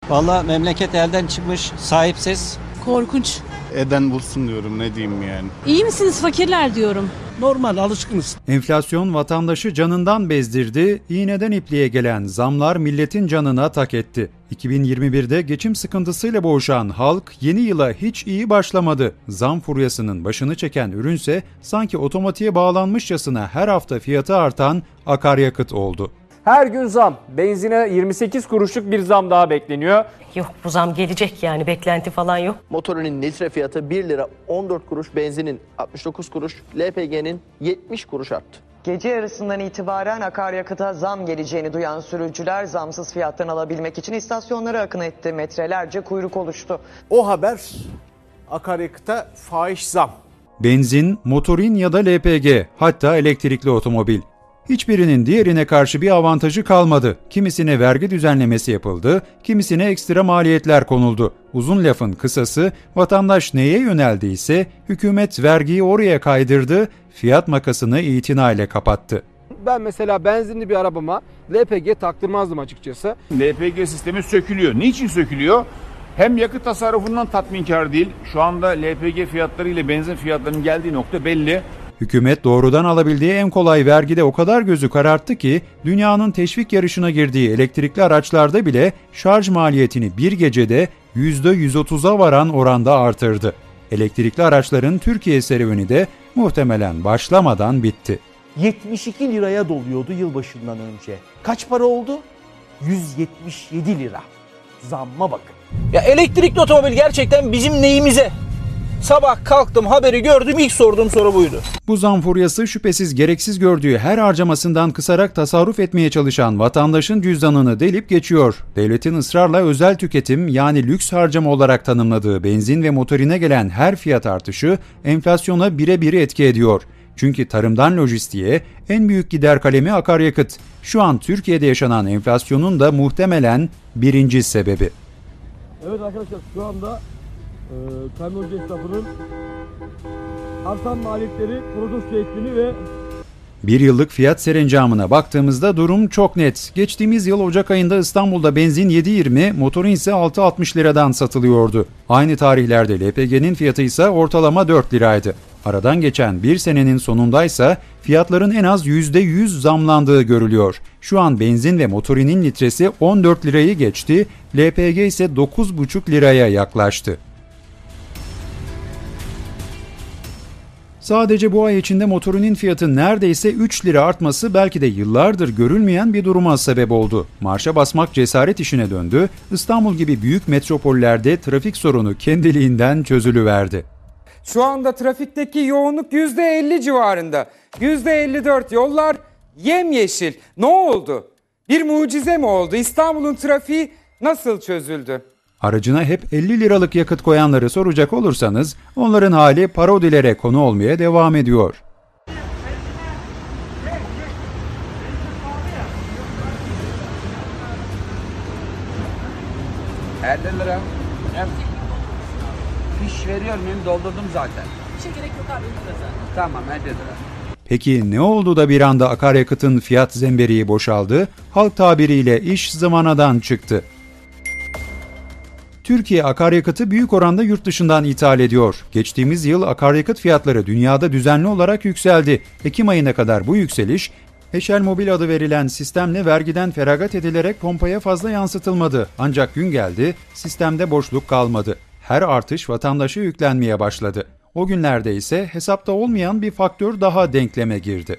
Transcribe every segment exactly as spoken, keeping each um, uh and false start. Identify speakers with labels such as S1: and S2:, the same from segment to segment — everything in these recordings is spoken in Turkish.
S1: Vallahi memleket elden çıkmış, sahipsiz.
S2: Korkunç.
S3: Eden bulsun diyorum, ne diyeyim yani.
S2: İyi misiniz fakirler diyorum.
S4: Normal, alışkınız.
S5: Enflasyon vatandaşı canından bezdirdi, iğneden ipliğe gelen zamlar milletin canına tak etti. iki bin yirmi birde geçim sıkıntısıyla boğuşan halk yeni yıla hiç iyi başlamadı. Zam furyasının başını çeken ürünse sanki otomatiğe bağlanmışçasına her hafta fiyatı artan akaryakıt oldu.
S6: Her gün zam. Benzine yirmi sekiz kuruşluk bir zam daha bekleniyor.
S7: Yok, bu zam gelecek yani, beklenti falan yok.
S8: Motorinin litre fiyatı bir lira on dört kuruş, benzinin altmış dokuz kuruş, L P G'nin yetmiş kuruş arttı.
S9: Gece yarısından itibaren akaryakıta zam geleceğini duyan sürücüler zamsız fiyattan alabilmek için istasyonlara akın etti. Metrelerce kuyruk oluştu.
S4: O haber akaryakıta fahiş zam.
S5: Benzin, motorin ya da L P G, hatta elektrikli otomobil. Hiçbirinin diğerine karşı bir avantajı kalmadı. Kimisine vergi düzenlemesi yapıldı, kimisine ekstra maliyetler konuldu. Uzun lafın kısası, vatandaş neye yöneldiyse hükümet vergiyi oraya kaydırdı, fiyat makasını itinayla kapattı.
S6: Ben mesela benzinli bir arabama L P G taktırmazdım açıkçası.
S10: L P G sistemi sökülüyor. Niçin sökülüyor? Hem yakıt tasarrufundan tatminkar değil. Şu anda L P G fiyatları ile benzin fiyatlarının geldiği nokta belli.
S5: Hükümet doğrudan alabildiği en kolay vergide o kadar gözü kararttı ki dünyanın teşvik yarışına girdiği elektrikli araçlarda bile şarj maliyetini bir gecede yüzde yüz otuza varan oranda artırdı. Elektrikli araçların Türkiye serüveni de muhtemelen başlamadan bitti.
S4: yetmiş iki liraya doluyordu yılbaşından önce. Kaç para oldu? yüz yetmiş yedi lira. Zamma bakın.
S11: Ya elektrikli otomobil gerçekten bizim neyimize? Sabah kalktım, haberi gördüm, ilk sorduğum soru buydu.
S5: Bu zam furyası şüphesiz gereksiz gördüğü her harcamasından kısarak tasarruf etmeye çalışan vatandaşın cüzdanını delip geçiyor. Devletin ısrarla özel tüketim yani lüks harcama olarak tanımladığı benzin ve motorine gelen her fiyat artışı enflasyona birebir etki ediyor. Çünkü tarımdan lojistiğe en büyük gider kalemi akaryakıt. Şu an Türkiye'de yaşanan enflasyonun da muhtemelen birinci sebebi.
S6: Evet arkadaşlar, şu anda e, kamyoncu esnafının artan maliyetleri, protesto ettiğini ve
S5: Bir yıllık fiyat serencamına baktığımızda durum çok net. Geçtiğimiz yıl Ocak ayında İstanbul'da benzin yedi yirmi, motorin ise altı altmış liradan satılıyordu. Aynı tarihlerde L P G'nin fiyatı ise ortalama dört liraydı. Aradan geçen bir senenin sonundaysa fiyatların en az yüzde yüz zamlandığı görülüyor. Şu an benzin ve motorinin litresi on dört lirayı geçti, L P G ise dokuz buçuk liraya yaklaştı. Sadece bu ay içinde motorinin fiyatı neredeyse üç lira artması belki de yıllardır görülmeyen bir duruma sebep oldu. Marşa basmak cesaret işine döndü, İstanbul gibi büyük metropollerde trafik sorunu kendiliğinden çözülüverdi.
S12: Şu anda trafikteki yoğunluk yüzde elli civarında. yüzde elli dört yollar yemyeşil. Ne oldu? Bir mucize mi oldu? İstanbul'un trafiği nasıl çözüldü?
S5: Aracına hep elli liralık yakıt koyanları soracak olursanız onların hali parodilere konu olmaya devam ediyor.
S13: elli lira. Hem fiş veriyor muyum? Doldurdum zaten.
S2: Bir şey gerek yok abi.
S13: Tamam, elli lira.
S5: Peki ne oldu da bir anda akaryakıtın fiyat zemberiği boşaldı? Halk tabiriyle iş zıvanadan çıktı. Türkiye akaryakıtı büyük oranda yurt dışından ithal ediyor. Geçtiğimiz yıl akaryakıt fiyatları dünyada düzenli olarak yükseldi. Ekim ayına kadar bu yükseliş, Heşel Mobil adı verilen sistemle vergiden feragat edilerek pompaya fazla yansıtılmadı. Ancak gün geldi, sistemde boşluk kalmadı. Her artış vatandaşa yüklenmeye başladı. O günlerde ise hesapta olmayan bir faktör daha denkleme girdi.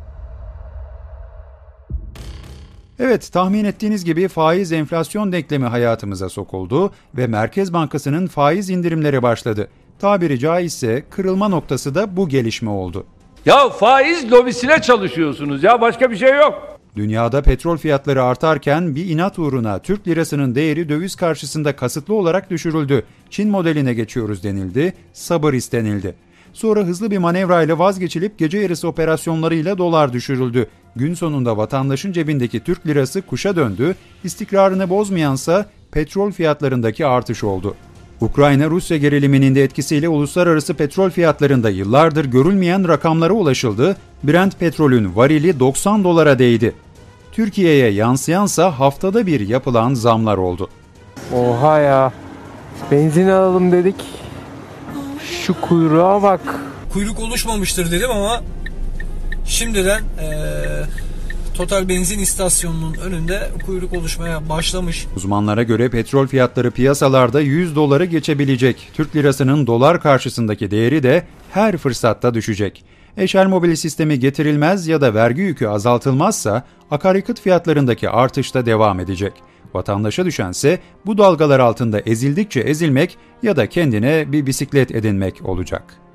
S5: Evet, tahmin ettiğiniz gibi faiz enflasyon denklemi hayatımıza sokuldu ve Merkez Bankası'nın faiz indirimleri başladı. Tabiri caizse kırılma noktası da bu gelişme oldu.
S14: Ya faiz lobisine çalışıyorsunuz ya, başka bir şey yok.
S5: Dünyada petrol fiyatları artarken bir inat uğruna Türk lirasının değeri döviz karşısında kasıtlı olarak düşürüldü. Çin modeline geçiyoruz denildi, sabır istenildi. Sonra hızlı bir manevrayla vazgeçilip gece yarısı operasyonlarıyla dolar düşürüldü. Gün sonunda vatandaşın cebindeki Türk lirası kuşa döndü, istikrarını bozmayansa petrol fiyatlarındaki artış oldu. Ukrayna-Rusya geriliminin de etkisiyle uluslararası petrol fiyatlarında yıllardır görülmeyen rakamlara ulaşıldı. Brent petrolün varili doksan dolara değdi. Türkiye'ye yansıyansa haftada bir yapılan zamlar oldu.
S15: Oha ya. Benzin alalım dedik. Şu kuyruğa bak.
S11: Kuyruk oluşmamıştır dedim ama şimdiden ee, Total benzin istasyonunun önünde kuyruk oluşmaya başlamış.
S5: Uzmanlara göre petrol fiyatları piyasalarda yüz doları geçebilecek. Türk lirasının dolar karşısındaki değeri de her fırsatta düşecek. Eşel mobil sistemi getirilmez ya da vergi yükü azaltılmazsa akaryakıt fiyatlarındaki artış da devam edecek. Vatandaşa düşense bu dalgalar altında ezildikçe ezilmek ya da kendine bir bisiklet edinmek olacak.